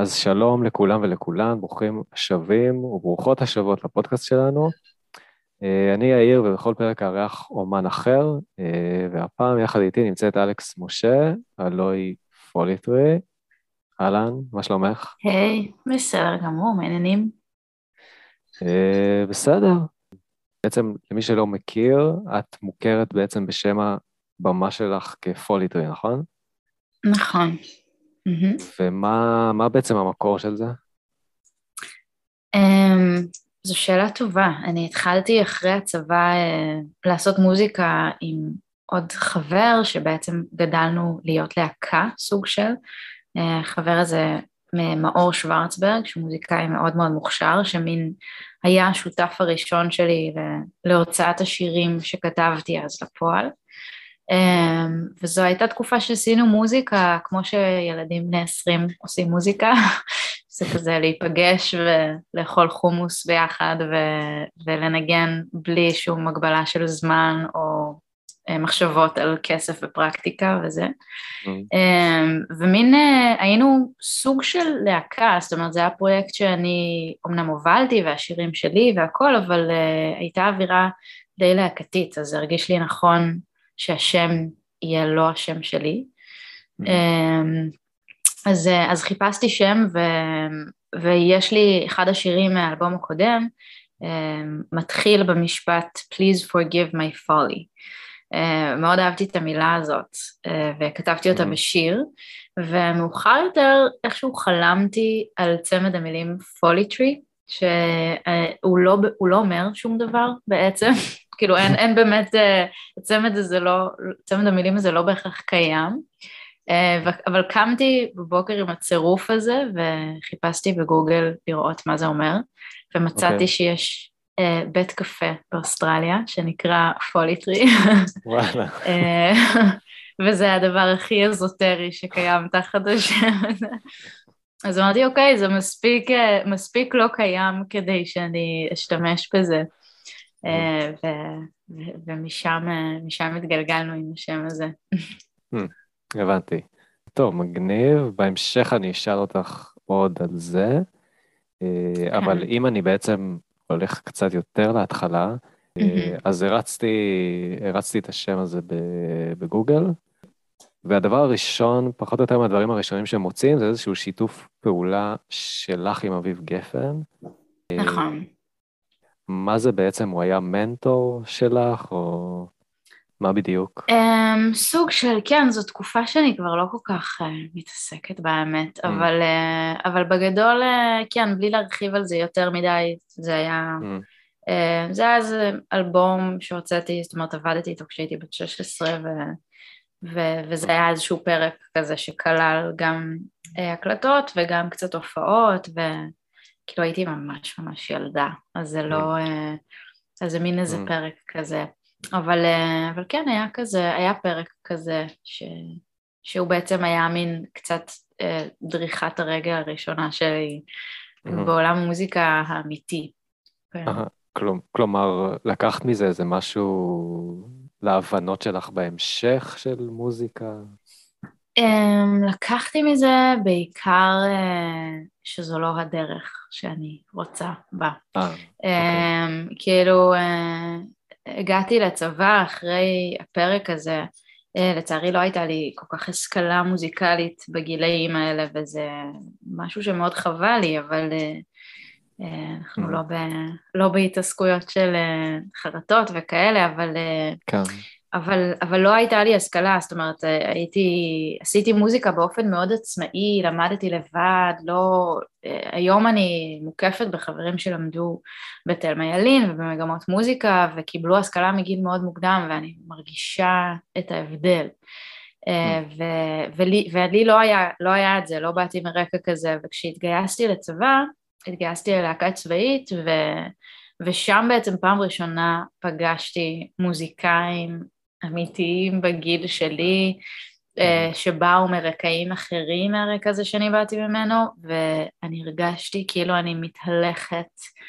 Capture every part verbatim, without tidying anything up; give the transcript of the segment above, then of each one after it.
אז שלום לכולם ולכולן, ברוכים השבים וברוכות השבות לפודקאסט שלנו. אה, אני יאיר ובכל פרק ארח אומן אחר, אה, והפעם יחד איתי נמצאת אלכס משה, הלוא היא פוליטרי. אהלן, מה שלומך? היי, בסדר גמור, מעניינים. אה, בסדר. בעצם למי שלא מכיר, את מוכרת בעצם בשם הבמה שלך כפוליטרי, נכון? נכון. מהמם. ומה מה בעצם המקור של זה? אמ, זו שאלה טובה. אני התחלתי אחרי הצבא אה, לעשות מוזיקה עם עוד חבר, שבעצם גדלנו להיות להקה, סוג של. אה, החבר הזה ממאור שוורצברג, שהוא מוזיקאי מאוד מאוד מוכשר, שמין היה השותף הראשון שלי ל- להוצאת השירים שכתבתי אז לפועל. Um, וזו הייתה תקופה שעשינו מוזיקה, כמו שילדים בני עשרים עושים מוזיקה, זה כזה להיפגש ולאכול חומוס ביחד ו- ולנגן בלי שום הגבלה של זמן או uh, מחשבות על כסף ופרקטיקה וזה. Mm, Um, ומין uh, היינו סוג של להקה, זאת אומרת זה היה פרויקט שאני אמנם הובלתי והשירים שלי והכל, אבל uh, הייתה אווירה די להקתית, אז זה הרגיש לי נכון שהשם יהיה לא השם שלי. mm, אמ, אז, אז חיפשתי שם ו, ויש לי אחד השירים מהאלבום הקודם, אמ, מתחיל במשפט Please forgive my folly. אמ, מאוד אהבתי את המילה הזאת וכתבתי אותה mm, בשיר, ומאוחר יותר איכשהו חלמתי על צמד המילים פוליטרי, שהוא לא, הוא לא אומר שום דבר בעצם, כאילו אין, אין באמת, הצמד הזה לא, צמד המילים הזה לא בהכרח קיים, אבל קמתי בבוקר עם הצירוף הזה וחיפשתי בגוגל לראות מה זה אומר, אוקיי, ומצאתי שיש בית קפה באוסטרליה שנקרא פוליטרי, וואלה. וזה הדבר הכי אזוטרי שקיים תחת השם הזה. אז אמרתי, אוקיי, זה מספיק, מספיק לא קיים כדי שאני אשתמש בזה. Mm, אה, ו- ו- ומשם אה, משם התגלגלנו עם השם הזה. mm, הבנתי. טוב, מגניב. בהמשך אני אשאל אותך עוד על זה, אה, אבל כן. אם אני בעצם הולך קצת יותר להתחלה, אה, מהמם. אז הרצתי, הרצתי את השם הזה ב- בגוגל, והדבר הראשון, פחות או יותר מהדברים הראשונים שהם מוצאים, זה איזשהו שיתוף פעולה שלך עם אביב גפן. נכון. מה זה בעצם, הוא היה מנטור שלך, או מה בדיוק? Um, סוג של, כן, זו תקופה שאני כבר לא כל כך uh, מתעסקת באמת, Mm, אבל, uh, אבל בגדול, uh, כן, בלי להרחיב על זה יותר מדי, זה היה, mm, uh, זה היה איזה אלבום שהוצאתי, זאת אומרת, עבדתי איתו כשהייתי בת שש עשרה, ו, ו, וזה mm, היה איזשהו פרק כזה שכלל גם uh, הקלטות וגם קצת הופעות, וכאילו הייתי ממש ממש ילדה, אז זה mm, לא, uh, אז זה מין איזה mm, פרק כזה. אבל, אה, אבל כן, היה כזה, היה פרק כזה, ש, שהוא בעצם היה מין קצת אה, דריכת הרגל הראשונה שלי mm. בעולם המוזיקה האמיתי. כן. אהה, כלום- כלומר, לקחת מזה איזה משהו להבנות שלך בהמשך של מוזיקה? אמ, לקחתי מזה בעיקר אה, שזו לא הדרך שאני רוצה בה. אה, אוקיי. אמ, כאילו, אה, הגעתי לצבא אחרי הפרק הזה, אה, לצערי לא הייתה לי כל כך השכלה מוזיקלית בגילאים האלה, וזה משהו שמאוד חבל לי, אבל אה, אה, אנחנו Mm, לא, ב, לא בהתעסקויות של אה, חרטות וכאלה, אבל אה, כן. אבל, אבל לא הייתה לי השכלה, זאת אומרת, הייתי, עשיתי מוזיקה באופן מאוד עצמאי, למדתי לבד, לא, היום אני מוקפת בחברים שלמדו בתלמה ילין ובמגמות מוזיקה וקיבלו השכלה מגיל מאוד מוקדם, ואני מרגישה את ההבדל. Mm, ו, ולי, ולי לא היה, לא היה את זה, לא באתי מרקע כזה, וכשהתגייסתי לצבא, התגייסתי ללהקה צבאית, ו, ושם בעצם פעם ראשונה פגשתי מוזיקאים אמיתיים בגיל שלי, אה, mhm, שבאו מרקעים אחרים מהרקע הזה שאני באתי ממנו, ואני הרגשתי כאילו אני מתהלכת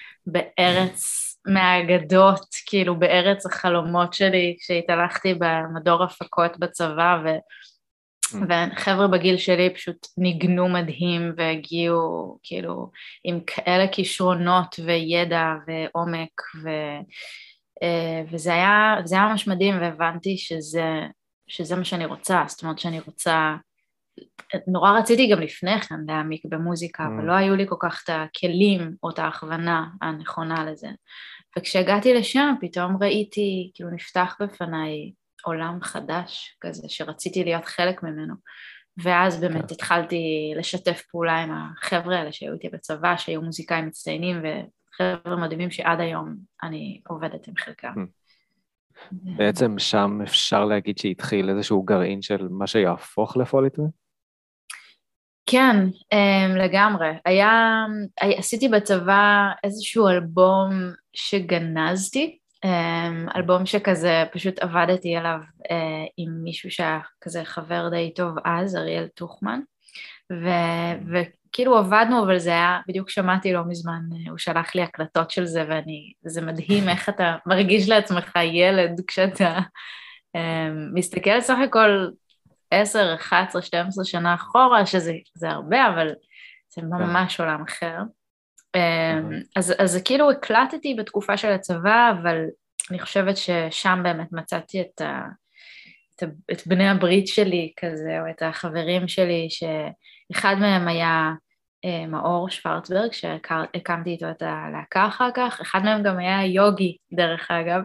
בארץ מהאגדות, כאילו בארץ החלומות שלי, כשהתהלכתי במדור הפקות בצבא, וחבר'ה בגיל שלי פשוט ניגנו מדהים והגיעו כאילו עם כאלה כישרונות וידע ועומק ו... וזה היה, זה היה ממש מדהים, והבנתי שזה, שזה מה שאני רוצה, זאת אומרת שאני רוצה, נורא רציתי גם לפני כן להעמיק במוזיקה, אבל לא היו לי כל כך את הכלים או את ההכוונה הנכונה לזה. וכשהגעתי לשם פתאום ראיתי, כאילו נפתח בפניי עולם חדש כזה, שרציתי להיות חלק ממנו. ואז באמת okay. התחלתי לשתף פעולה עם החבר'ה האלה שהיו איתי בצבא, שהיו מוזיקאים מצטיינים וחבר'ה מדהימים שעד היום אני עובדת עם חלקם. בעצם שם אפשר להגיד שהתחיל איזשהו גרעין של מה שיהפוך לפוליטרי? כן, לגמרי. היה, עשיתי בצבא איזשהו אלבום שגנזתי, אלבום שכזה פשוט עבדתי עליו עם מישהו שהיה כזה חבר די טוב אז, אריאל טוחמן, ו- וכאילו עבדנו, אבל זה היה, בדיוק שמעתי לא מזמן, הוא שלח לי הקלטות של זה, ואני, זה מדהים איך אתה מרגיש לעצמך ילד כשאתה מסתכל סך הכל עשר, אחת עשרה, שתים עשרה שנה אחורה, שזה זה הרבה, אבל זה ממש עולם אחר. אז, אז כאילו הקלטתי בתקופה של הצבא, אבל אני חושבת ששם באמת מצאתי את, ה, את, ה, את בני הברית שלי כזה, או את החברים שלי, שאחד מהם היה מאור שוורצברג, שהקמתי איתו את הלהקה אחר כך, אחד מהם גם היה יוגי דרך אגב,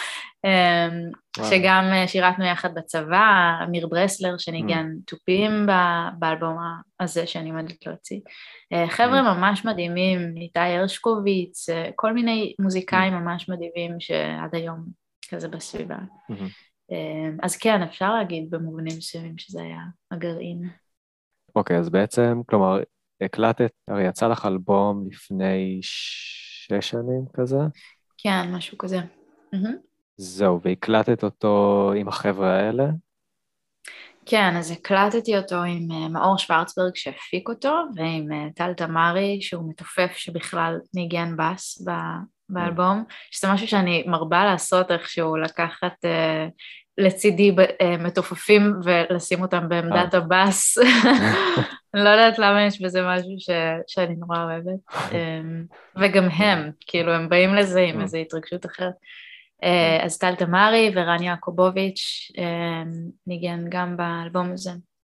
שגם שירתנו יחד בצבא, אמיר ברסלר שניגן טופים באלבום הזה שאני עומדת להוציא. חבר'ה ממש מדהימים, איתי הרשקוביץ, כל מיני מוזיקאים ממש מדהימים שעד היום כזה בסביבה. אז כן, אפשר להגיד במובנים מסוימים שזה היה הגרעין. אוקיי, אז בעצם, כלומר, הקלטת, הרי יצא לך אלבום לפני שש שנים כזה? כן, משהו כזה. זהו, והקלטת אותו עם החבר'ה האלה? כן, אז הקלטתי אותו עם מאור שוורצברג שהפיק אותו, ועם טל תמרי שהוא מתופף שבכלל ניגן בס באלבום, שזה משהו שאני מרבה לעשות איכשהו, לקחת לצידי מתופפים ולשים אותם בעמדת הבס. אני לא יודעת למה יש בזה משהו שאני נורא אוהבת. וגם הם, כאילו הם באים לזה עם איזו התרגשות אחרת. אז טל תמרי ורן יעקובוביץ' ניגן גם באלבום הזה.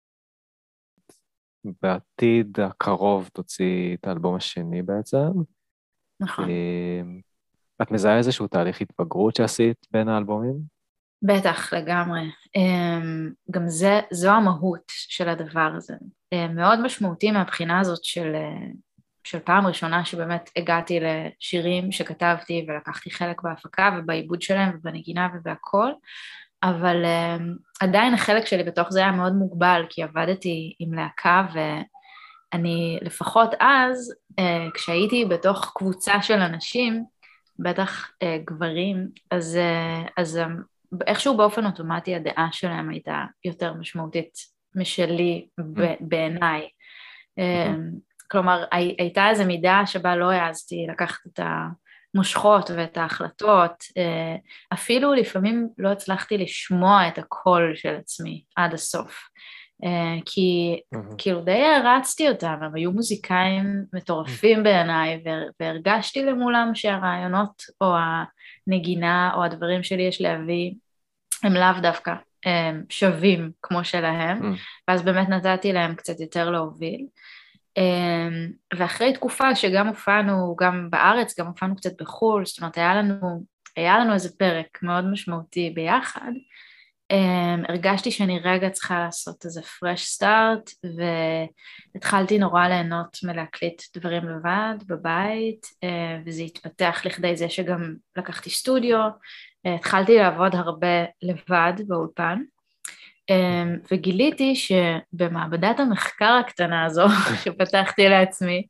בעתיד הקרוב תוציא את האלבום השני בעצם. נכון. את מזהה איזשהו תהליך התבגרות שעשית בין האלבומים? בטח, לגמרי. גם זה, זו המהות של הדבר הזה. מאוד משמעותי מהבחינה הזאת של... של פעם ראשונה שבאמת הגעתי לשירים שכתבתי ולקחתי חלק בהפקה ובעיבוד שלהם ובנגינה ובהכל, אבל uh, עדיין החלק שלי בתוך זה היה מאוד מוגבל, כי עבדתי עם להקה ואני לפחות אז, uh, כשהייתי בתוך קבוצה של אנשים, בטח uh, גברים, אז, uh, אז um, איכשהו באופן אוטומטי הדעה שלהם הייתה יותר משמעותית משלי ב- בעיניי. Uh, כלומר, הייתה איזו מידה שבה לא העזתי לקחת את המושכות ואת ההחלטות, אפילו לפעמים לא הצלחתי לשמוע את הקול של עצמי עד הסוף, כי כאילו די הרצתי אותם, הם היו מוזיקאים מטורפים בעיניי, והרגשתי למולם שהרעיונות או הנגינה או הדברים שלי יש להביא, הם לאו דווקא שווים כמו שלהם, ואז באמת נתתי להם קצת יותר להוביל, ואחרי תקופה שגם הופענו, גם בארץ, גם הופענו קצת בחול, זאת אומרת, היה לנו, היה לנו איזה פרק מאוד משמעותי ביחד, הרגשתי שאני רגע צריכה לעשות איזה fresh start, והתחלתי נורא ליהנות מלהקליט דברים לבד, בבית, וזה התפתח לכדי זה שגם לקחתי סטודיו, התחלתי לעבוד הרבה לבד באולפן, וגיליתי שבמעבדת המחקר הקטנה הזו שפתחתי לעצמי,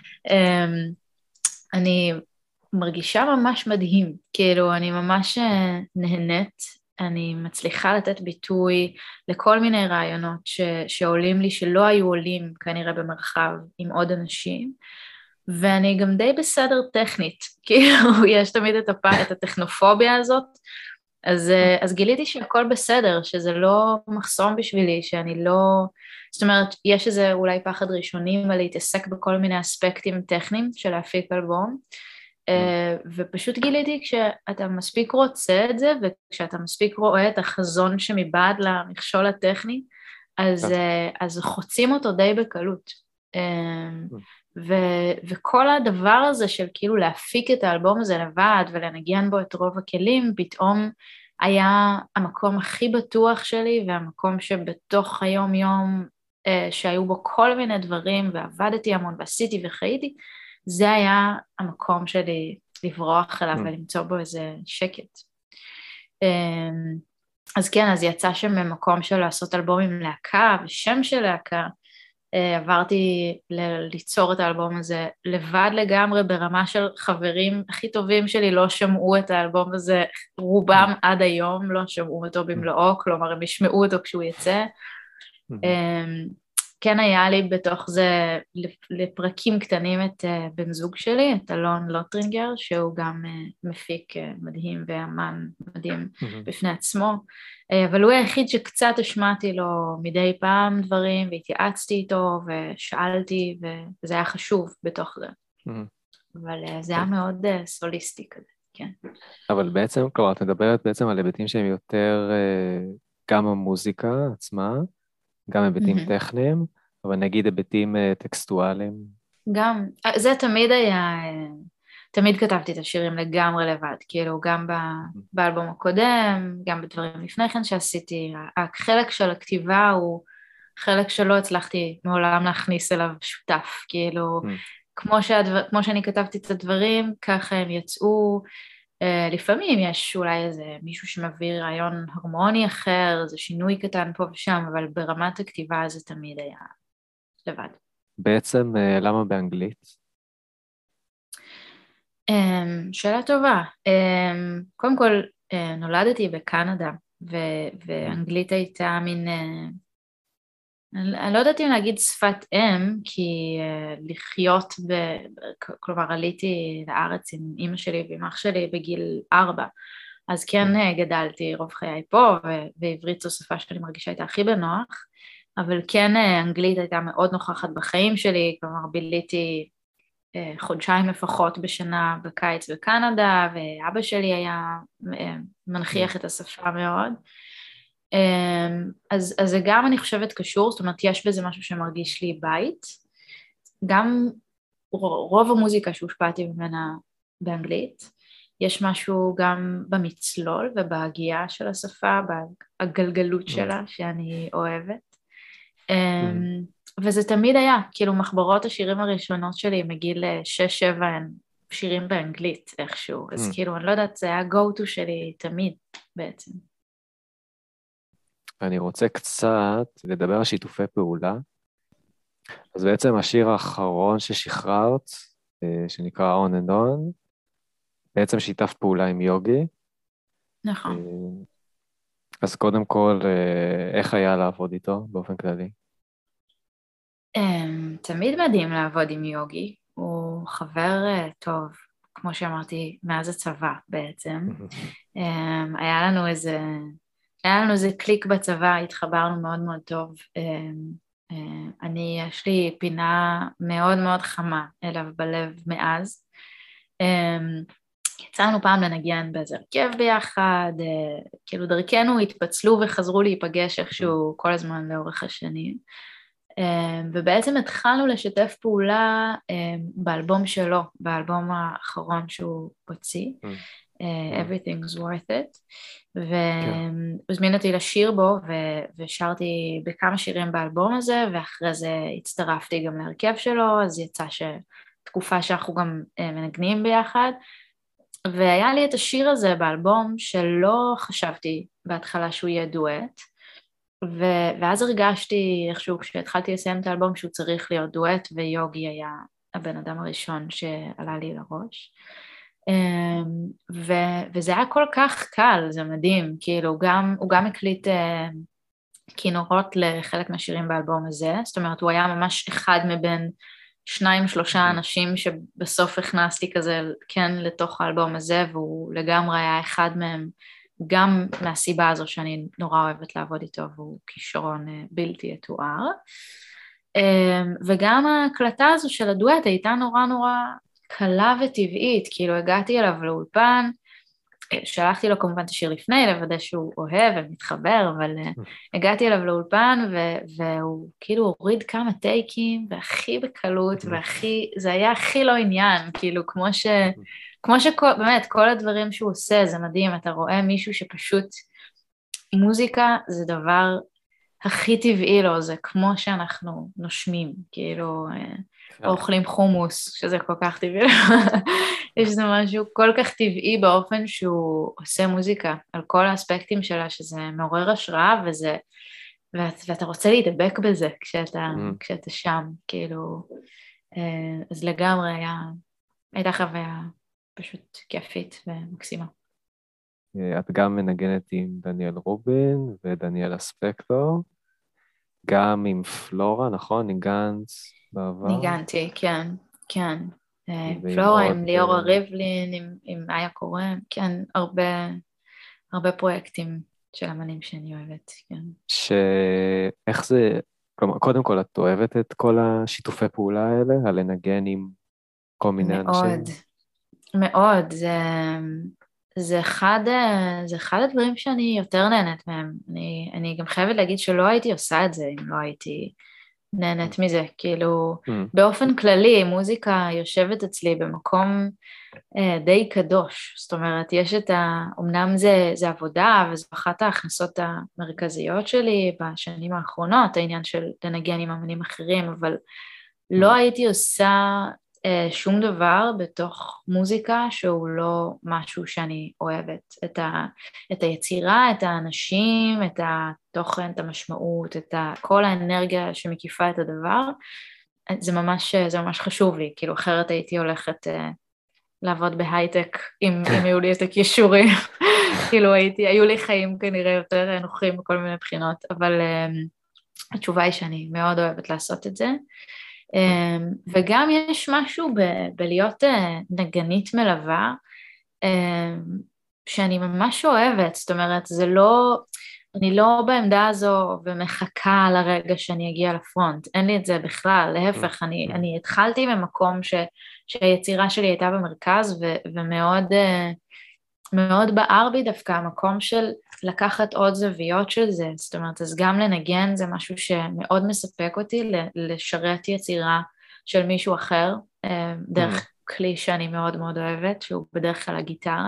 אני מרגישה ממש מדהים, כאילו אני ממש נהנית, אני מצליחה לתת ביטוי לכל מיני רעיונות ש, שעולים לי, שלא היו עולים כנראה במרחב עם עוד אנשים, ואני גם די בסדר טכנית, כאילו יש תמיד את, הפ... את הטכנופוביה הזאת, אז, אז גיליתי שהכל בסדר, שזה לא מחסום בשבילי, שאני לא, זאת אומרת, יש איזה אולי פחד ראשוני, אבל להתעסק בכל מיני אספקטים טכניים של להפיק אלבום, ופשוט גיליתי כשאתה מספיק רוצה את זה, וכשאתה מספיק רואה את החזון שמבעד למכשול הטכני, אז, אז חוצים אותו די בקלות. ו, וכל הדבר הזה של כאילו להפיק את האלבום הזה לבד ולנגן בו את רוב הכלים, פתאום היה המקום הכי בטוח שלי, והמקום שבתוך היום יום שהיו בו כל מיני דברים, ועבדתי המון ועשיתי וחייתי, זה היה המקום שלי לברוח אליו ולמצוא בו איזה שקט. אז כן, אז יצא שם ממקום של לעשות אלבום עם להקה ושם של להקה, עברתי ל- ליצור את האלבום הזה לבד לגמרי, ברמה של חברים הכי טובים שלי לא שמעו את האלבום הזה, רובם עד היום לא שמעו אותו במלואו, כלומר הם ישמעו אותו כשהוא יצא. כן היה לי בתוך זה לפרקים קטנים את בן זוג שלי, את אלון לוטרינגר, שהוא גם מפיק מדהים ואמן מדהים בפני עצמו, אבל הוא היחיד שקצת השמעתי לו מדי פעם דברים, והתייעצתי איתו ושאלתי, וזה היה חשוב בתוך זה. אבל זה היה מאוד סוליסטי כזה, כן. אבל בעצם, כלומר, את מדברת בעצם על היבטים שהם יותר גם המוזיקה עצמה, גם היבטים mm-hmm. טכניים, אבל נגיד היבטים טקסטואליים. גם, זה תמיד היה, תמיד כתבתי את השירים לגמרי לבד, כאילו גם באלבום הקודם, גם בדברים לפני כן שעשיתי, החלק של הכתיבה הוא חלק שלא הצלחתי מעולם להכניס אליו שותף, כאילו mm. כמו, שהדבר, כמו שאני כתבתי את הדברים, ככה הם יצאו, לפעמים יש אולי איזה מישהו שמביא רעיון הרמוני אחר, איזה שינוי קטן פה ושם, אבל ברמת הכתיבה זה תמיד היה לבד. בעצם למה באנגלית? שאלה טובה. קודם כל נולדתי בקנדה, ואנגלית הייתה מין, אני לא יודעת אם להגיד שפת אם, כי לחיות, ב... כלומר עליתי לארץ עם אמא שלי ועם אח שלי בגיל ארבע, אז כן גדלתי רוב חיי פה, ועברית זו שפה שאני מרגישה הייתה הכי בנוח, אבל כן אנגלית הייתה מאוד נוכחת בחיים שלי, כלומר ביליתי חודשיים לפחות בשנה בקיץ בקנדה, ואבא שלי היה מנחיח את השפה מאוד, אז, אז זה גם אני חושבת קשור, זאת אומרת יש בזה משהו שמרגיש לי בית, גם רוב המוזיקה שהושפעתי ממנה באנגלית, יש משהו גם במצלול ובהגיעה של השפה, בהגלגלות שלה שאני אוהבת, וזה תמיד היה, כאילו מחברות השירים הראשונות שלי מגיל שש שבע הן שירים באנגלית איכשהו, אז כאילו אני לא יודעת, זה היה go to שלי תמיד בעצם. אני רוצה קצת לדבר על שיתופי פעולה. אז בעצם השיר האחרון ששחררת, שנקרא On and On, בעצם שיתף פעולה עם יוגי. נכון. אז קודם כל, איך היה לעבוד איתו באופן כללי? תמיד מדהים לעבוד עם יוגי, הוא חבר טוב, כמו שאמרתי, מאז הצבא בעצם. היה לנו איזה... היה לנו איזה קליק בצבא, התחברנו מאוד מאוד טוב. אני, יש לי פינה מאוד מאוד חמה אליו בלב מאז. יצאנו פעם לנגן באיזה הרכב ביחד, כאילו דרכנו התפצלו וחזרו להיפגש איכשהו כל הזמן לאורך השנים. ובעצם התחלנו לשתף פעולה באלבום שלו, באלבום האחרון שהוא הוציא. Everything's worth it, והוזמין אותי לשיר בו, ושרתי בכמה שירים באלבום הזה, ואחרי זה הצטרפתי גם להרכב שלו, אז יצא שתקופה שאנחנו גם מנגנים ביחד, והיה לי את השיר הזה באלבום שלא חשבתי בהתחלה שהוא יהיה דואט, ואז הרגשתי איכשהו כשהתחלתי לסיים את האלבום שהוא צריך להיות דואט, ויוגי היה הבן אדם הראשון שעלה לי לראש. ו- וזה היה כל כך קל, זה מדהים, כאילו הוא גם, הוא גם הקליט כינורות לחלק מהשירים באלבום הזה, זאת אומרת הוא היה ממש אחד מבין שניים שלושה אנשים שבסוף הכנסתי כזה כן לתוך האלבום הזה, והוא לגמרי היה אחד מהם גם מהסיבה הזו שאני נורא אוהבת לעבוד איתו, והוא כישרון בלתי יתואר, וגם ההקלטה הזו של הדואט הייתה נורא נורא קלה וטבעית, כאילו הגעתי אליו לאולפן, שלחתי לו כמובן את השיר לפני, לוודא שהוא אוהב ומתחבר, אבל הגעתי אליו לאולפן, והוא כאילו הוריד כמה טייקים, והכי בקלות, והכי, זה היה הכי לא עניין, כאילו כמו ש... כמו שבאמת, כל הדברים שהוא עושה, זה מדהים, אתה רואה מישהו שפשוט, מוזיקה זה דבר הכי טבעי לו, זה כמו שאנחנו נושמים, כאילו, או אוכלים חומוס, שזה כל כך טבעי, יש זה משהו כל כך טבעי באופן שהוא עושה מוזיקה, על כל האספקטים שלה, שזה מעורר השראה, וזה, ואתה רוצה להידבק בזה, כשאתה, כשאתה שם, כאילו, אז לגמרי היה, הייתה חוויה, פשוט כיפית ומקסימה. את גם מנגנת עם דניאל רובין ודניאל אספקטור, גם עם פלורה, נכון? ניגנת בעבר? ניגנתי, כן, כן. פלורה עם ליאורה ריבלין, עם, עם איה קורן, כן, הרבה, הרבה פרויקטים של אמנים שאני אוהבת, כן. שאיך זה, כלומר, קודם כל את אוהבת את כל השיתופי פעולה האלה, הלנגן עם כל מיני מאוד. אנשים? מאוד, זה, זה, אחד, זה אחד הדברים שאני יותר נהנית מהם. אני, אני גם חייבת להגיד שלא הייתי עושה את זה אם לא הייתי נהנית מזה. כאילו, Mm. באופן כללי, מוזיקה יושבת אצלי במקום אה, די קדוש. זאת אומרת, יש את ה... אמנם זה, זה עבודה, וזו אחת ההכנסות המרכזיות שלי בשנים האחרונות, העניין של לנגן עם אמנים אחרים, אבל לא הייתי עושה... שום דבר בתוך מוזיקה שהוא לא משהו שאני אוהבת, את, ה, את היצירה, את האנשים, את התוכן, את המשמעות, את ה, כל האנרגיה שמקיפה את הדבר, זה ממש, זה ממש חשוב לי, כאילו אחרת הייתי הולכת uh, לעבוד בהייטק, אם, אם היו לי את הכישורים, כאילו הייתי, היו לי חיים כנראה יותר נוחים בכל מיני בחינות, אבל uh, התשובה היא שאני מאוד אוהבת לעשות את זה, וגם יש משהו ב- בלהיות נגנית מלווה שאני ממש אוהבת, זאת אומרת, זה לא, אני לא בעמדה הזו ומחכה לרגע שאני אגיע לפרונט, אין לי את זה בכלל, להפך, אני, אני התחלתי ממקום ש, שהיצירה שלי הייתה במרכז ו, ומאוד מאוד בער בי דווקא המקום של לקחת עוד זוויות של זה, זאת אומרת, אז גם לנגן זה משהו שמאוד מספק אותי, לשרת יצירה של מישהו אחר, דרך כלי שאני מאוד מאוד אוהבת, שהוא בדרך כלל הגיטרה,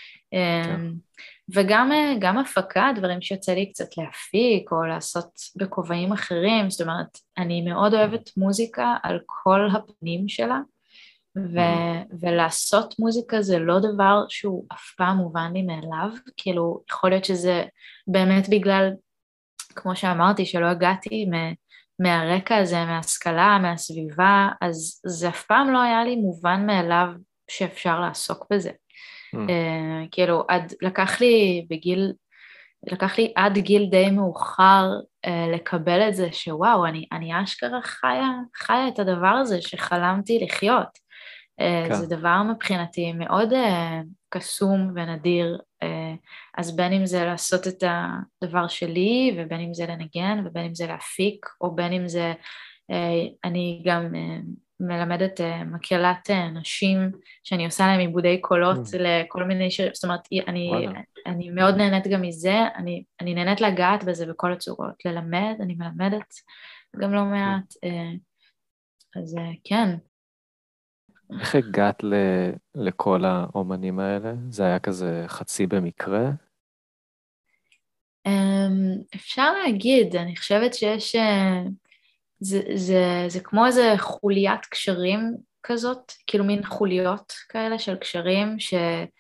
וגם גם הפקה, דברים שיוצא לי קצת להפיק, או לעשות בכובעים אחרים, זאת אומרת, אני מאוד אוהבת מוזיקה על כל הפנים שלה, ו- ולעשות מוזיקה זה לא דבר שהוא אף פעם מובן לי מאליו, כאילו יכול להיות שזה באמת בגלל, כמו שאמרתי, שלא הגעתי מ- מהרקע הזה, מההשכלה, מהסביבה, אז זה אף פעם לא היה לי מובן מאליו שאפשר לעסוק בזה. Mm. Uh, כאילו, עד, לקח לי בגיל, לקח לי עד גיל די מאוחר uh, לקבל את זה שוואו, אני, אני אשכרה חיה, חיה את הדבר הזה שחלמתי לחיות. כן. זה דבר מבחינתי מאוד קסום ונדיר, אז בין אם זה לעשות את הדבר שלי, ובין אם זה לנגן, ובין אם זה להפיק, או בין אם זה, אני גם מלמדת מקהלת נשים, שאני עושה להם עיבודי קולות mm. לכל מיני שירים, זאת אומרת, אני, אני מאוד נהנית גם מזה, אני, אני נהנית לגעת בזה בכל הצורות, ללמד, אני מלמדת גם לא מעט, mm. אז כן. איך הגעת ל- לכל האומנים האלה? זה היה כזה חצי במקרה? אפשר להגיד, אני חושבת שיש, זה, זה, זה כמו איזה חוליית קשרים כזאת, כאילו מין חוליות כאלה של קשרים, שאני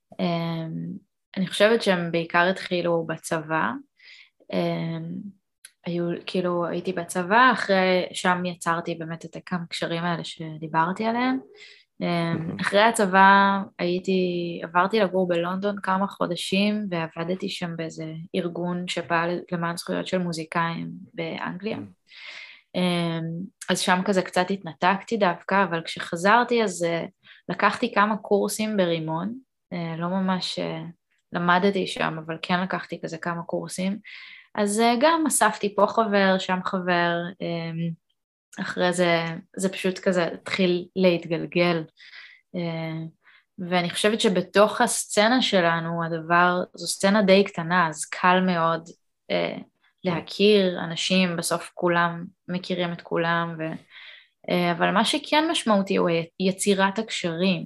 חושבת שהם בעיקר התחילו בצבא, היו, כאילו הייתי בצבא, אחרי שם יצרתי באמת את הכמה קשרים האלה שדיברתי עליהם, אחרי הצבא הייתי, עברתי לגור בלונדון כמה חודשים, ועבדתי שם באיזה ארגון שפעל למען זכויות של מוזיקאים באנגליה, אז שם כזה קצת התנתקתי דווקא, אבל כשחזרתי אז לקחתי כמה קורסים ברימון, לא ממש, למדתי שם, אבל כן לקחתי כזה כמה קורסים, אז גם אספתי פה חבר, שם חבר, אחרי זה, זה פשוט כזה התחיל להתגלגל, ואני חושבת שבתוך הסצנה שלנו, הדבר, זו סצנה די קטנה, אז קל מאוד להכיר אנשים, בסוף כולם מכירים את כולם, ו... אבל מה שכן משמעותי הוא יצירת הקשרים,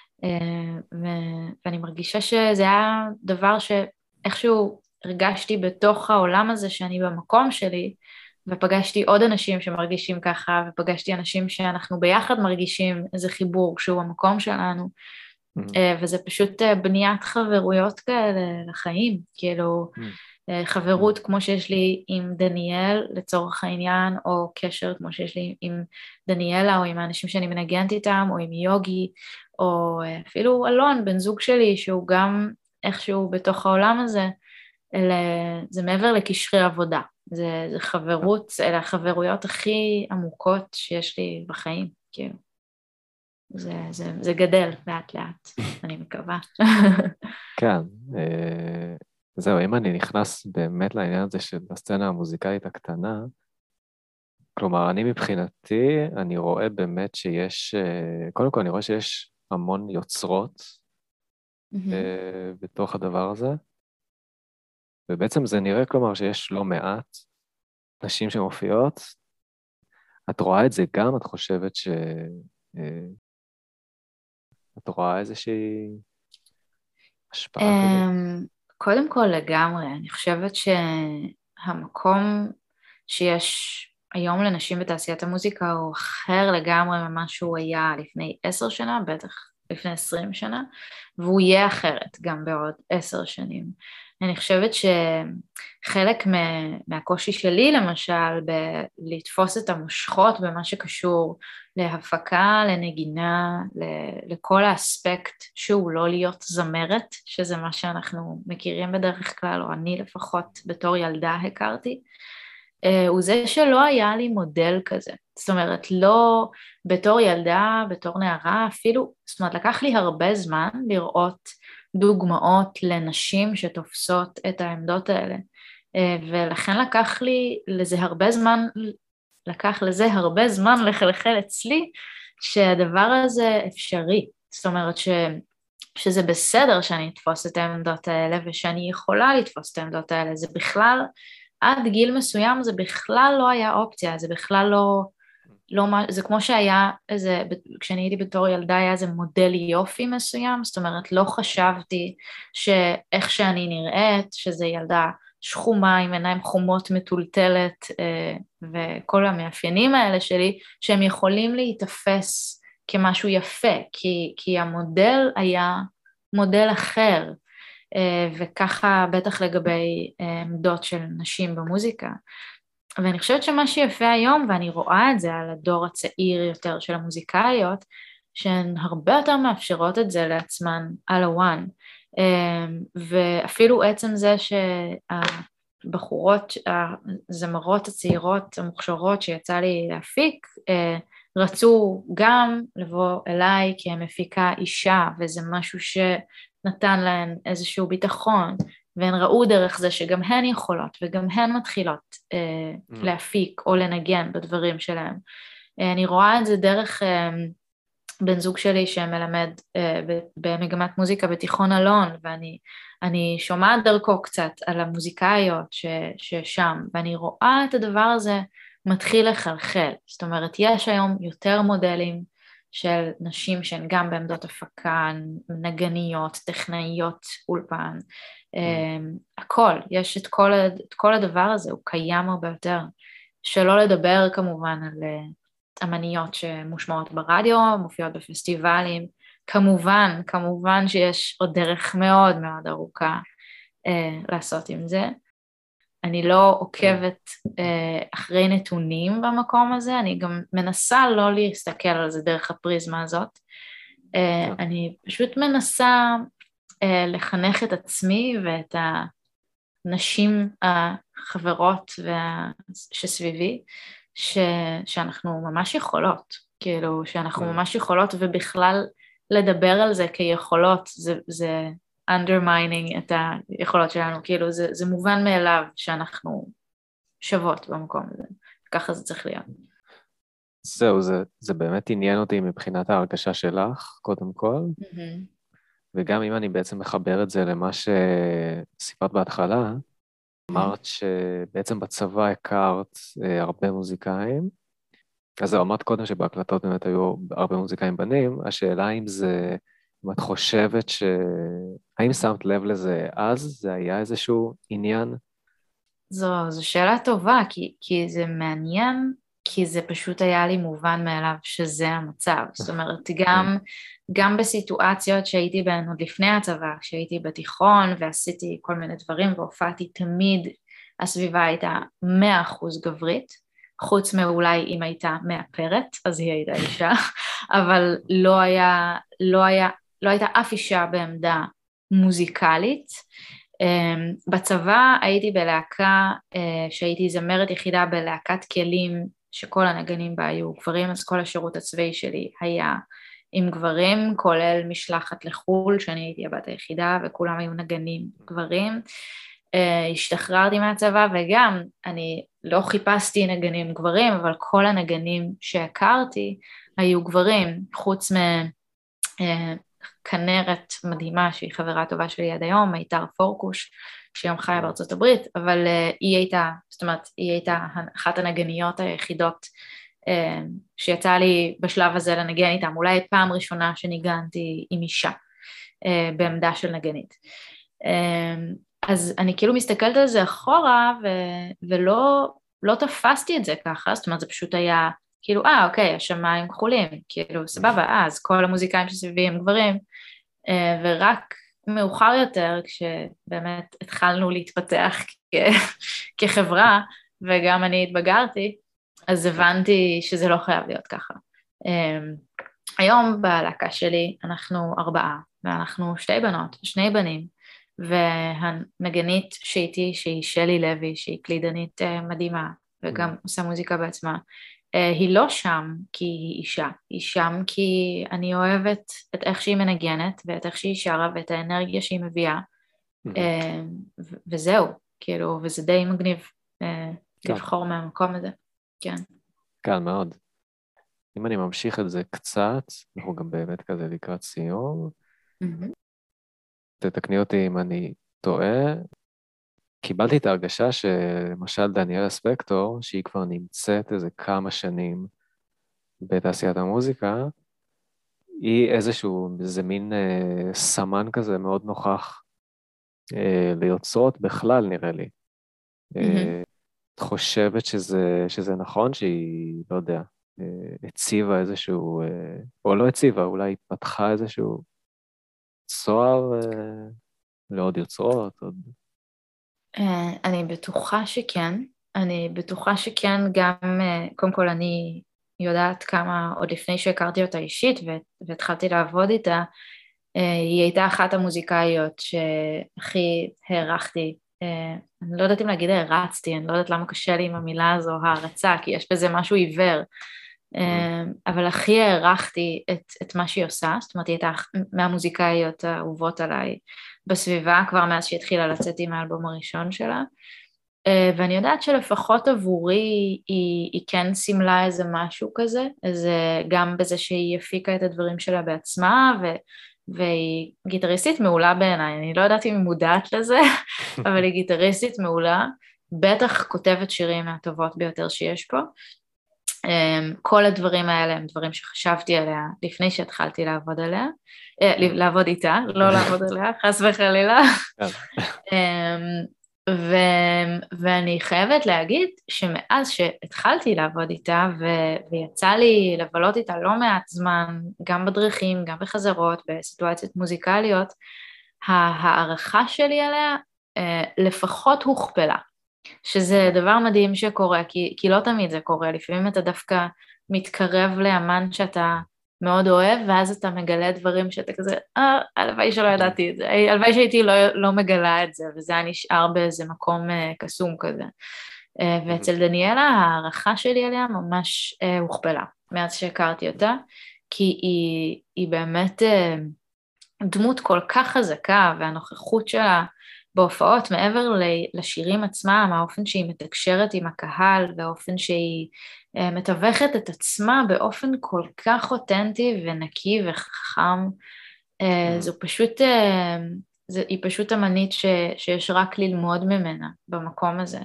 ואני מרגישה שזה היה דבר שאיכשהו הרגשתי בתוך העולם הזה שאני במקום שלי, ופגשתי עוד אנשים שמרגישים ככה, ופגשתי אנשים שאנחנו ביחד מרגישים איזה חיבור שהוא המקום שלנו, mm-hmm. וזה פשוט בניית חברויות כאלה לחיים, כאילו mm-hmm. חברות כמו שיש לי עם דניאל לצורך העניין, או קשר כמו שיש לי עם דניאלה, או עם האנשים שאני מנגנת איתם, או עם יוגי, או אפילו אלון, בן זוג שלי, שהוא גם איכשהו בתוך העולם הזה, אלה, זה מעבר לקשרי עבודה, זה, זה חברות, אלה החברויות הכי עמוקות שיש לי בחיים, כאילו. זה, זה, זה גדל לאט לאט, אני מקווה. כן, זהו, אם אני נכנס באמת לעניין הזה של הסצנה המוזיקלית הקטנה, כלומר, אני מבחינתי, אני רואה באמת שיש, קודם כל אני רואה שיש המון יוצרות בתוך הדבר הזה, ובעצם זה נראה, כלומר, שיש לא מעט נשים שמופיעות. את רואה את זה גם? את חושבת ש... את רואה איזושהי השפעה כזאת? קודם כל לגמרי, אני חושבת שהמקום שיש היום לנשים בתעשיית המוזיקה הוא אחר לגמרי ממה שהוא היה לפני עשר שנה, בטח לפני עשרים שנה, והוא יהיה אחרת גם בעוד עשר שנים. אני חושבת שחלק מהקושי שלי למשל בלתפוס את המושכות במה שקשור להפקה, לנגינה, לכל האספקט שהוא לא להיות זמרת, שזה מה שאנחנו מכירים בדרך כלל, או אני לפחות בתור ילדה הכרתי, הוא זה שלא היה לי מודל כזה. זאת אומרת, לא בתור ילדה, בתור נערה, אפילו, זאת אומרת, לקח לי הרבה זמן לראות דוגמאות לנשים שתופסות את העמדות האלה, ולכן לקח לי לזה הרבה זמן, לקח לזה הרבה זמן לחלחל אצלי, שהדבר הזה אפשרי. זאת אומרת ש, שזה בסדר שאני אתפוס את העמדות האלה, ושאני יכולה לתפוס את העמדות האלה. זה בכלל, עד גיל מסוים זה בכלל לא היה אופציה, זה בכלל לא, לא, זה כמו שהיה איזה, כשאני הייתי בתור ילדה היה איזה מודל יופי מסוים, זאת אומרת לא חשבתי שאיך שאני נראית, שזה ילדה שחומה עם עיניים חומות מטולטלת, וכל המאפיינים האלה שלי, שהם יכולים להתאפס כמשהו יפה, כי, כי המודל היה מודל אחר, וככה בטח לגבי עמדות של נשים במוזיקה. ואני חושבת שמה שיפה היום, ואני רואה את זה על הדור הצעיר יותר של המוזיקאיות, שהן הרבה יותר מאפשרות את זה לעצמן על הוואן, ואפילו עצם זה שהבחורות, הזמרות הצעירות המוכשרות שיצא לי להפיק, רצו גם לבוא אליי כמפיקה אישה, וזה משהו שנתן להן איזשהו ביטחון, והן ראו דרך זה שגם הן יכולות וגם הן מתחילות אה, mm. להפיק או לנגן בדברים שלהן. אה, אני רואה את זה דרך אה, בן זוג שלי שמלמד אה, במגמת מוזיקה בתיכון אלון, ואני אני שומעת דרכו קצת על המוזיקאיות ש, ששם, ואני רואה את הדבר הזה מתחיל לחלחל. זאת אומרת, יש היום יותר מודלים של נשים שהן גם בעמדות הפקה, נגניות, טכנאיות, אולפן, mm. הכל, יש את כל, את כל הדבר הזה, הוא קיים הרבה יותר, שלא לדבר כמובן על אמניות שמושמעות ברדיו, מופיעות בפסטיבלים, כמובן, כמובן שיש עוד דרך מאוד מאוד ארוכה אה, לעשות עם זה. אני לא עוקבת אה, אחרי נתונים במקום הזה, אני גם מנסה לא להסתכל על זה דרך הפריזמה הזאת, אה, אני פשוט מנסה אה, לחנך את עצמי ואת הנשים החברות וה... שסביבי, ש... שאנחנו ממש יכולות, כאילו שאנחנו ממש יכולות, ובכלל לדבר על זה כיכולות, זה, זה, undermining את היכולות שלנו, כאילו זה, זה מובן מאליו שאנחנו שוות במקום הזה, ככה זה צריך להיות. זהו, זה, זה באמת עניין אותי מבחינת ההרגשה שלך, קודם כל, Mm-hmm. וגם אם אני בעצם מחבר את זה למה שסיפרת בהתחלה, אמרת שבעצם בצבא הכרת אה, הרבה מוזיקאים, אז אמרת קודם שבהקלטות באמת היו הרבה מוזיקאים בנים, השאלה אם זה, אם את חושבת ש... האם שמת לב לזה אז? זה היה איזשהו עניין? זו, זו שאלה טובה, כי, כי זה מעניין, כי זה פשוט היה לי מובן מאליו שזה המצב. זאת אומרת, גם, גם בסיטואציות שהייתי בהן עוד לפני הצבא, כשהייתי בתיכון ועשיתי כל מיני דברים והופעתי תמיד, הסביבה הייתה מאה אחוז גברית, חוץ מאולי אם הייתה מאפרת, אז היא הייתה אישה, אבל לא היה, לא היה, לא הייתה אף אישה בעמדה מוזיקלית. בצבא הייתי בלהקה שהייתי זמרת יחידה בלהקת כלים שכל הנגנים בה היו גברים, אז כל השירות הצבאי שלי היה עם גברים, כולל משלחת לחול שאני הייתי הבת היחידה וכולם היו נגנים גברים. השתחררתי מהצבא וגם אני לא חיפשתי נגנים גברים, אבל כל הנגנים שהכרתי היו גברים, חוץ מ... כנרת מדהימה שהיא חברה טובה שלי עד היום, מיתר פורקוש, שהיום חיה בארצות הברית, אבל uh, היא הייתה, זאת אומרת, היא הייתה אחת הנגניות היחידות uh, שיצא לי בשלב הזה לנגן איתם, אולי פעם ראשונה שניגנתי עם אישה uh, בעמדה של נגנית. Uh, אז אני כאילו מסתכלת על זה אחורה, ו- ולא לא תפסתי את זה ככה, זאת אומרת, זה פשוט היה... כאילו, אה, אוקיי, השמיים כחולים, כאילו, סבבה, אז כל המוזיקאים שסביבי הם גברים, ורק מאוחר יותר, כשבאמת התחלנו להתפתח כחברה, וגם אני התבגרתי, אז הבנתי שזה לא חייב להיות ככה. היום בלהקה שלי אנחנו ארבעה, ואנחנו שתי בנות, שני בנים, והנגנית שאיתי, שהיא שלי לוי, שהיא קלידנית מדהימה, וגם עושה מוזיקה בעצמה, היא לא שם כי היא אישה, היא שם כי אני אוהבת את איך שהיא מנגנת ואת איך שהיא שרה ואת האנרגיה שהיא מביאה, וזהו, כאילו, וזה די מגניב לבחור מהמקום הזה, כן. קל מאוד. אם אני ממשיך את זה קצת, אנחנו גם באמת כזה לקראת סיום, תתקני אותי אם אני טועה, קיבלתי את ההרגשה שלמשל דניאלה ספקטור, שהיא כבר נמצאת איזה כמה שנים בתעשיית המוזיקה, היא איזשהו, איזה מין אה, סמן כזה מאוד נוכח אה, ליוצרות בכלל נראה לי. אה, את חושבת שזה, שזה נכון שהיא, לא יודע, אה, הציבה איזשהו, אה, או לא הציבה, אולי פתחה איזשהו צוהר אה, לעוד יוצרות, עוד... אני בטוחה שכן, אני בטוחה שכן, גם, קודם כל אני יודעת כמה, עוד לפני שהכרתי אותה אישית והתחלתי לעבוד איתה, היא הייתה אחת המוזיקאיות שהכי הערכתי, אני לא יודעת אם להגיד הערצתי, אני לא יודעת למה קשה לי עם המילה הזו, הערצה, כי יש בזה משהו עיוור, אבל הכי הערכתי את, את מה שהיא עושה, זאת אומרת היא הייתה מהמוזיקאיות האהובות עליי בסביבה, כבר מאז שהיא התחילה לצאת עם האלבום הראשון שלה, ואני יודעת שלפחות עבורי היא, היא כן סימלה איזה משהו כזה, איזה, גם בזה שהיא הפיקה את הדברים שלה בעצמה, ו, והיא גיטריסטית מעולה בעיניי, אני לא יודעת אם היא מודעת לזה, אבל היא גיטריסטית מעולה, בטח כותבת שירים מהטובות ביותר שיש פה, כל הדברים האלה הם דברים שחשבתי עליה לפני שהתחלתי לעבוד עליה, לעבוד איתה, לא לעבוד עליה, חס וחלילה. ואני חייבת להגיד שמאז שהתחלתי לעבוד איתה ויצא לי לבלות איתה לא מעט זמן, גם בדרכים, גם בחזרות, בסיטואציות מוזיקליות, הערכה שלי עליה לפחות הוכפלה. שזה דבר מדהים שקורה, כי, כי לא תמיד זה קורה, לפעמים אתה דווקא מתקרב לאמן שאתה מאוד אוהב, ואז אתה מגלה דברים שאתה כזה, אה, הלוואי שלא ידעתי את זה, הלוואי שהייתי לא, לא מגלה את זה, וזה היה נשאר באיזה מקום uh, קסום כזה. Uh, ואצל דניאלה, הערכה שלי עליה ממש uh, הוכפלה, מאז שהכרתי אותה, כי היא, היא באמת, uh, דמות כל כך חזקה, והנוכחות שלה בהופעות, מעבר לשירים עצמם, האופן שהיא מתקשרת עם הקהל, והאופן שהיא מתווכת את עצמה באופן כל כך אותנטי ונקי וחכם, mm. זו פשוט, זה, היא פשוט אמנית ש, שיש רק ללמוד ממנה במקום הזה.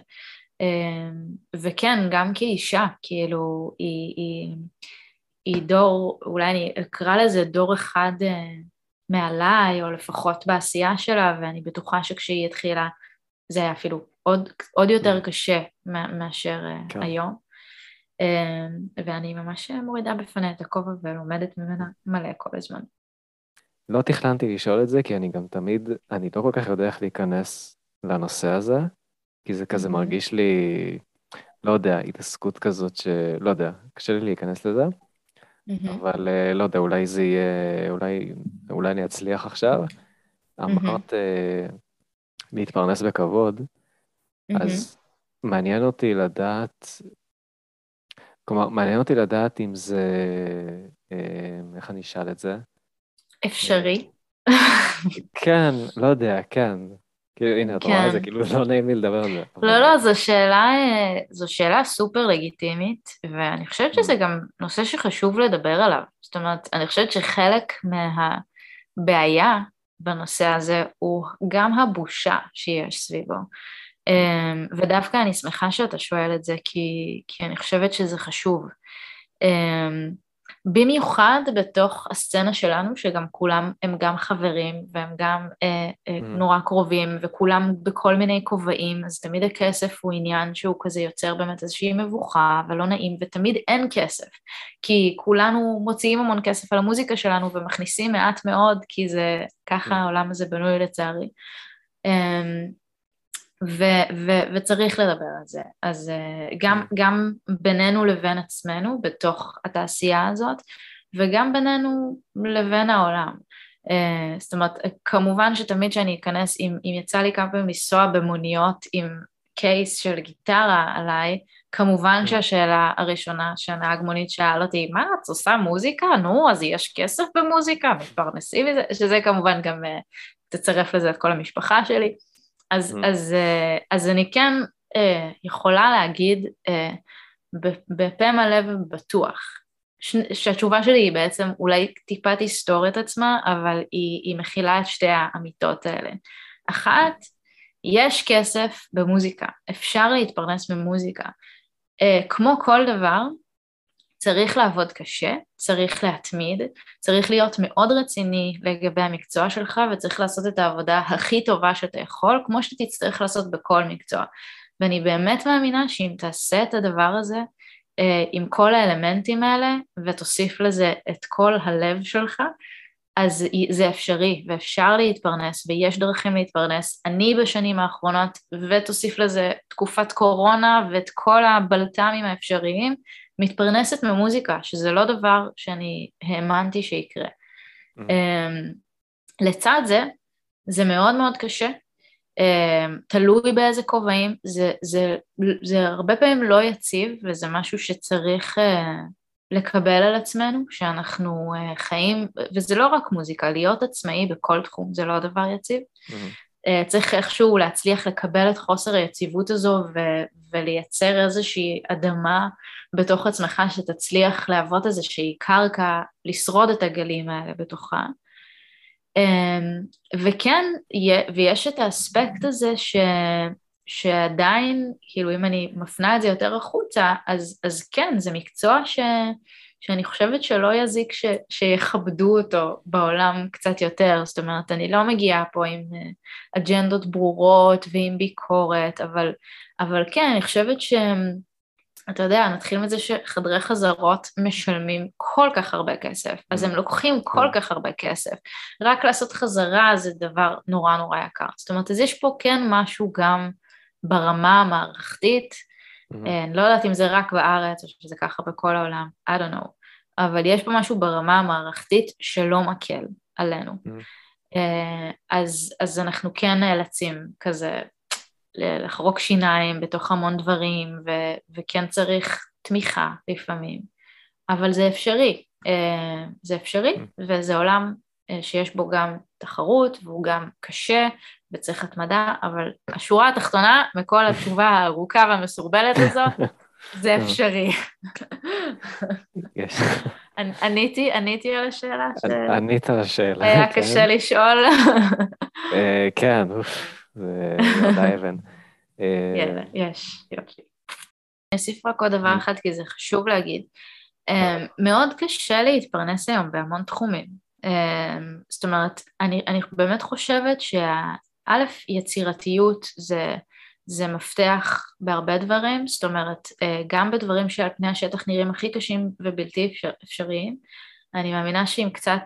וכן, גם כאישה, כאילו, היא, היא, היא דור, אולי אני אקרא לזה דור אחד מעליי, או לפחות בעשייה שלה, ואני בטוחה שכשהיא התחילה, זה היה אפילו עוד, עוד יותר קשה מאשר כן. היום. ואני ממש מורידה בפניה את הכובע ולומדת ממנה מלא כל הזמן. לא תכננתי לשאול את זה, כי אני גם תמיד, אני לא כל כך יודע איך להיכנס לנושא הזה, כי זה כזה מרגיש לי, לא יודע, התעסקות כזאת שלא יודע, קשה לי להיכנס לזה, אבל לא יודע, אולי זה יהיה, אולי, אולי אני אצליח עכשיו. אמרת להתפרנס בכבוד, אז מעניין אותי לדעת, כלומר, מעניין אותי לדעת אם זה, איך אני אשאל את זה? אפשרי. כן, לא יודע, כן. הנה, את רואה, זה כאילו לא נעים לי לדבר על זה. לא, לא, זו שאלה, זו שאלה סופר לגיטימית, ואני חושבת שזה גם נושא שחשוב לדבר עליו. זאת אומרת, אני חושבת שחלק מהבעיה בנושא הזה הוא גם הבושה שיש סביבו. ודווקא אני שמחה שאתה שואל את זה, כי, כי אני חושבת שזה חשוב. במיוחד בתוך הסצנה שלנו, שגם כולם הם גם חברים, והם גם אה, אה, נורא קרובים, וכולם בכל מיני כובעים, אז תמיד הכסף הוא עניין שהוא כזה יוצר באמת איזושהי מבוכה, ולא נעים, ותמיד אין כסף, כי כולנו מוציאים המון כסף על המוזיקה שלנו, ומכניסים מעט מאוד, כי זה ככה העולם הזה בנוי לצערי. ו- ו- וצריך לדבר על זה, אז uh, גם, גם בינינו לבין עצמנו בתוך התעשייה הזאת, וגם בינינו לבין העולם. Uh, זאת אומרת, כמובן שתמיד שאני אכנס, אם, אם יצא לי כמה פעמים לנסוע במוניות עם קייס של גיטרה עליי, כמובן שהשאלה הראשונה שהנהג מונית שאל אותי, מה, את עושה מוזיקה? נו, אז יש כסף במוזיקה, מתפרנסים מזה, שזה כמובן גם uh, תצרף לזה את כל המשפחה שלי. אז, mm. אז, אז אני כן אה, יכולה להגיד אה, בפה מלא ובטוח, ש, שהתשובה שלי היא בעצם אולי טיפה תסתור את עצמה, אבל היא, היא מכילה את שתי האמיתות האלה. אחת, יש כסף במוזיקה, אפשר להתפרנס במוזיקה. אה, כמו כל דבר, צריך לעבוד קשה, צריך להתמיד, צריך להיות מאוד רציני לגבי המקצוע שלך, וצריך לעשות את העבודה הכי טובה שאתה יכול, כמו שאתה תצטרך לעשות בכל מקצוע. ואני באמת מאמינה שאם תעשה את הדבר הזה, עם כל האלמנטים האלה, ותוסיף לזה את כל הלב שלך, אז זה אפשרי, ואפשר להתפרנס, ויש דרכים להתפרנס. אני בשנים האחרונות, ותוסיף לזה תקופת קורונה, ואת כל הבלטמים האפשריים, מתפרנסת ממוזיקה, שזה לא דבר שאני האמנתי שיקרה. Mm-hmm. לצד זה, זה מאוד מאוד קשה, תלוי באיזה כובעים, זה, זה, זה הרבה פעמים לא יציב, וזה משהו שצריך לקבל על עצמנו, שאנחנו חיים, וזה לא רק מוזיקה, להיות עצמאי בכל תחום, זה לא דבר יציב. Mm-hmm. צריך איכשהו להצליח לקבל את חוסר היציבות הזו, ו- ולייצר איזושהי אדמה בתוך עצמך, שתצליח להוות איזושהי קרקע, לשרוד את הגלים האלה בתוכה. וכן, ויש את האספקט הזה ש... שעדיין, כאילו אם אני מפנה את זה יותר החוצה, אז, אז כן, זה מקצוע ש... שאני חושבת שלא יזיק ש... שיכבדו אותו בעולם קצת יותר, זאת אומרת, אני לא מגיעה פה עם אג'נדות ברורות ועם ביקורת, אבל, אבל כן, אני חושבת ש... אתה יודע, נתחיל מזה שחדרי חזרות משלמים כל כך הרבה כסף, אז הם לוקחים כל כך הרבה כסף, רק לעשות חזרה זה דבר נורא נורא יקר, זאת אומרת, אז יש פה כן משהו גם ברמה המערכתית, אני לא יודעת אם זה רק בארץ, או שזה ככה בכל העולם, I don't know, אבל יש פה משהו ברמה המערכתית שלא מקל עלינו, אז, אז אנחנו כן נאלצים כזה, לחרוק שיניים בתוך המון דברים, ו- וכן צריך תמיכה לפעמים, אבל זה אפשרי, זה אפשרי, וזה עולם שיש בו גם תחרות והוא גם קשה וצריך התמדה, אבל השורה התחתונה מכל התשובה הארוכה והמסורבלת הזאת, זה אפשרי. עניתי, עניתי על השאלה ש... ענית על השאלה, היה קשה לשאול. כן, זה ירדה אבן. יש, יופי. אני אוסיף רק עוד דבר אחד, כי זה חשוב להגיד. מאוד קשה להתפרנס היום בהמון תחומים. זאת אומרת, אני, אני באמת חושבת שהא' יצירתיות זה, זה מפתח בהרבה דברים, זאת אומרת, גם בדברים שעל פני השטח נראים הכי קשים ובלתי אפשר, אפשריים. אני מאמינה שעם קצת,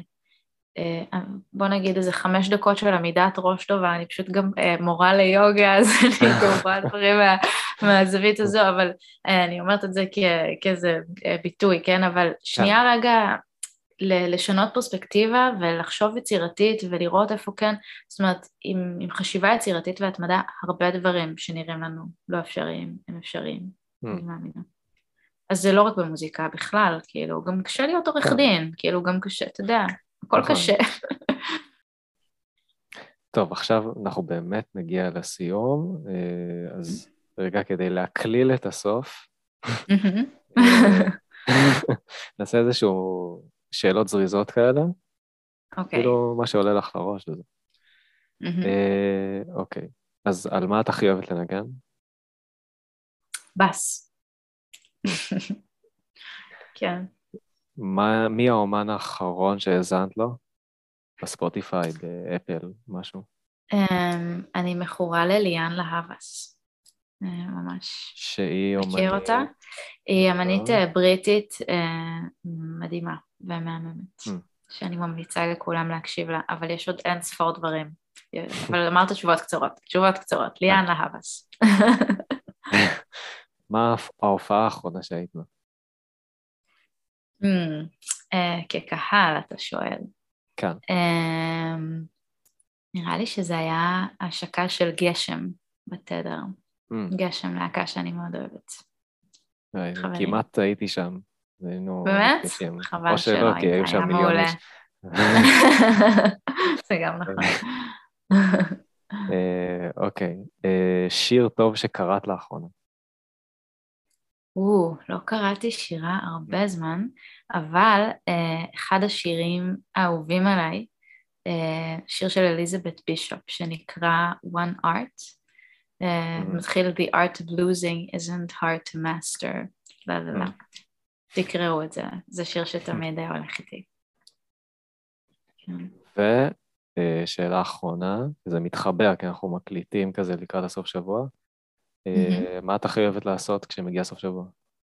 בוא נגיד איזה חמש דקות של עמידת ראש טובה, אני פשוט גם מורה ליוגה, אז אני גם רואה דברים מה, מהזווית הזו, אבל אני אומרת את זה כ- כאיזה ביטוי, כן? אבל שנייה רגע לשנות פרספקטיבה ולחשוב יצירתית ולראות איפה כן, זאת אומרת, עם, עם חשיבה יצירתית והתמדה, הרבה דברים שנראים לנו לא אפשריים, הם אפשריים, אני מאמינה. אז זה לא רק במוזיקה בכלל, כאילו, גם קשה להיות עורך דין, כאילו, גם קשה, אתה יודע, הכל קשה. טוב, עכשיו אנחנו באמת נגיע לסיום, אז רגע כדי להקליל את הסוף, נעשה איזשהו שאלות זריזות כאלה, כאילו מה שעולה לך לראש וזה. אוקיי, אז על מה את הכי אוהבת לנגן? בס. כן. מי האומן האחרון שהאזנת לו? בספוטיפיי, באפל, משהו? אני מכורה לליאן להבס, ממש. שהיא אומנית. מכיר אותה? היא אמנית בריטית מדהימה ומהממת, שאני ממליצה לכולם להקשיב לה, אבל יש עוד אין ספור דברים. אבל אמרת תשובות קצרות, תשובות קצרות, ליאן להבס. מה ההופעה האחרונה שהיית לה? כקהל, אתה שואל. כן. נראה לי שזה היה השקה של גשם בתדר. גשם, להקה שאני מאוד אוהבת. כמעט הייתי שם. באמת? חבל שלא היית, היה מעולה. זה גם נכון. אוקיי, שיר טוב שקראת לאחרונה. או, לא קראתי שירה הרבה זמן, אבל אחד השירים האהובים עליי, שיר של אליזבת בישופ, שנקרא One Art, מתחיל The Art of Losing isn't hard to master, לא, לא, לא. תקראו את זה, זה שיר שתמיד היה הולך איתי. ושאלה אחרונה, זה מתחבר, כי אנחנו מקליטים כזה לקראת הסוף שבוע, מה את הכי אוהבת לעשות כשמגיע סוף שבוע?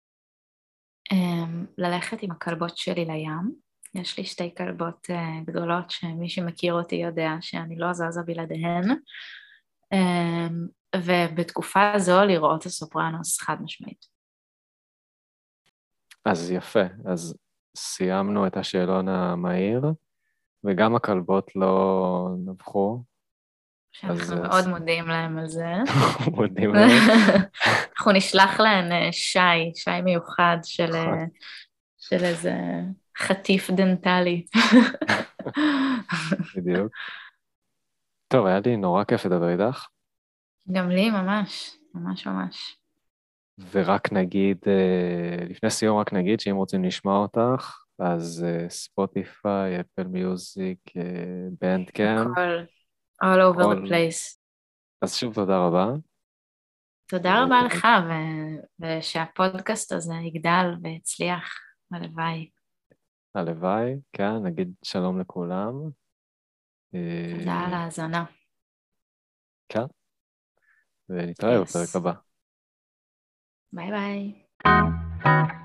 ללכת עם הכלבות שלי לים, יש לי שתי כלבות גדולות שמי שמכיר אותי יודע שאני לא זזה בלעדיהן, ובתקופה הזו לראות הסופרנוס חד משמעית. אז יפה, אז סיימנו את השאלון המהיר, וגם הכלבות לא נבחו. שאנחנו מאוד מודים להם על זה. מודים להם. אנחנו נשלח להן שי, שי מיוחד של איזה חטיף דנטלי. בדיוק. טוב, היה לי נורא כיף לדבר איתך. גם לי ממש, ממש ממש. ורק נגיד, לפני סיום רק נגיד שאם רוצים לשמוע אותך, אז ספוטיפיי, אפל מיוזיק, בנדקאמפ. הכל, all over the place. אז שוב תודה רבה. תודה רבה לך, ושהפודקאסט הזה יגדל והצליח, הלוואי. הלוואי, כן, נגיד שלום לכולם. תודה על ההאזנה. כן, ונתראה בפרק הבא. ביי ביי.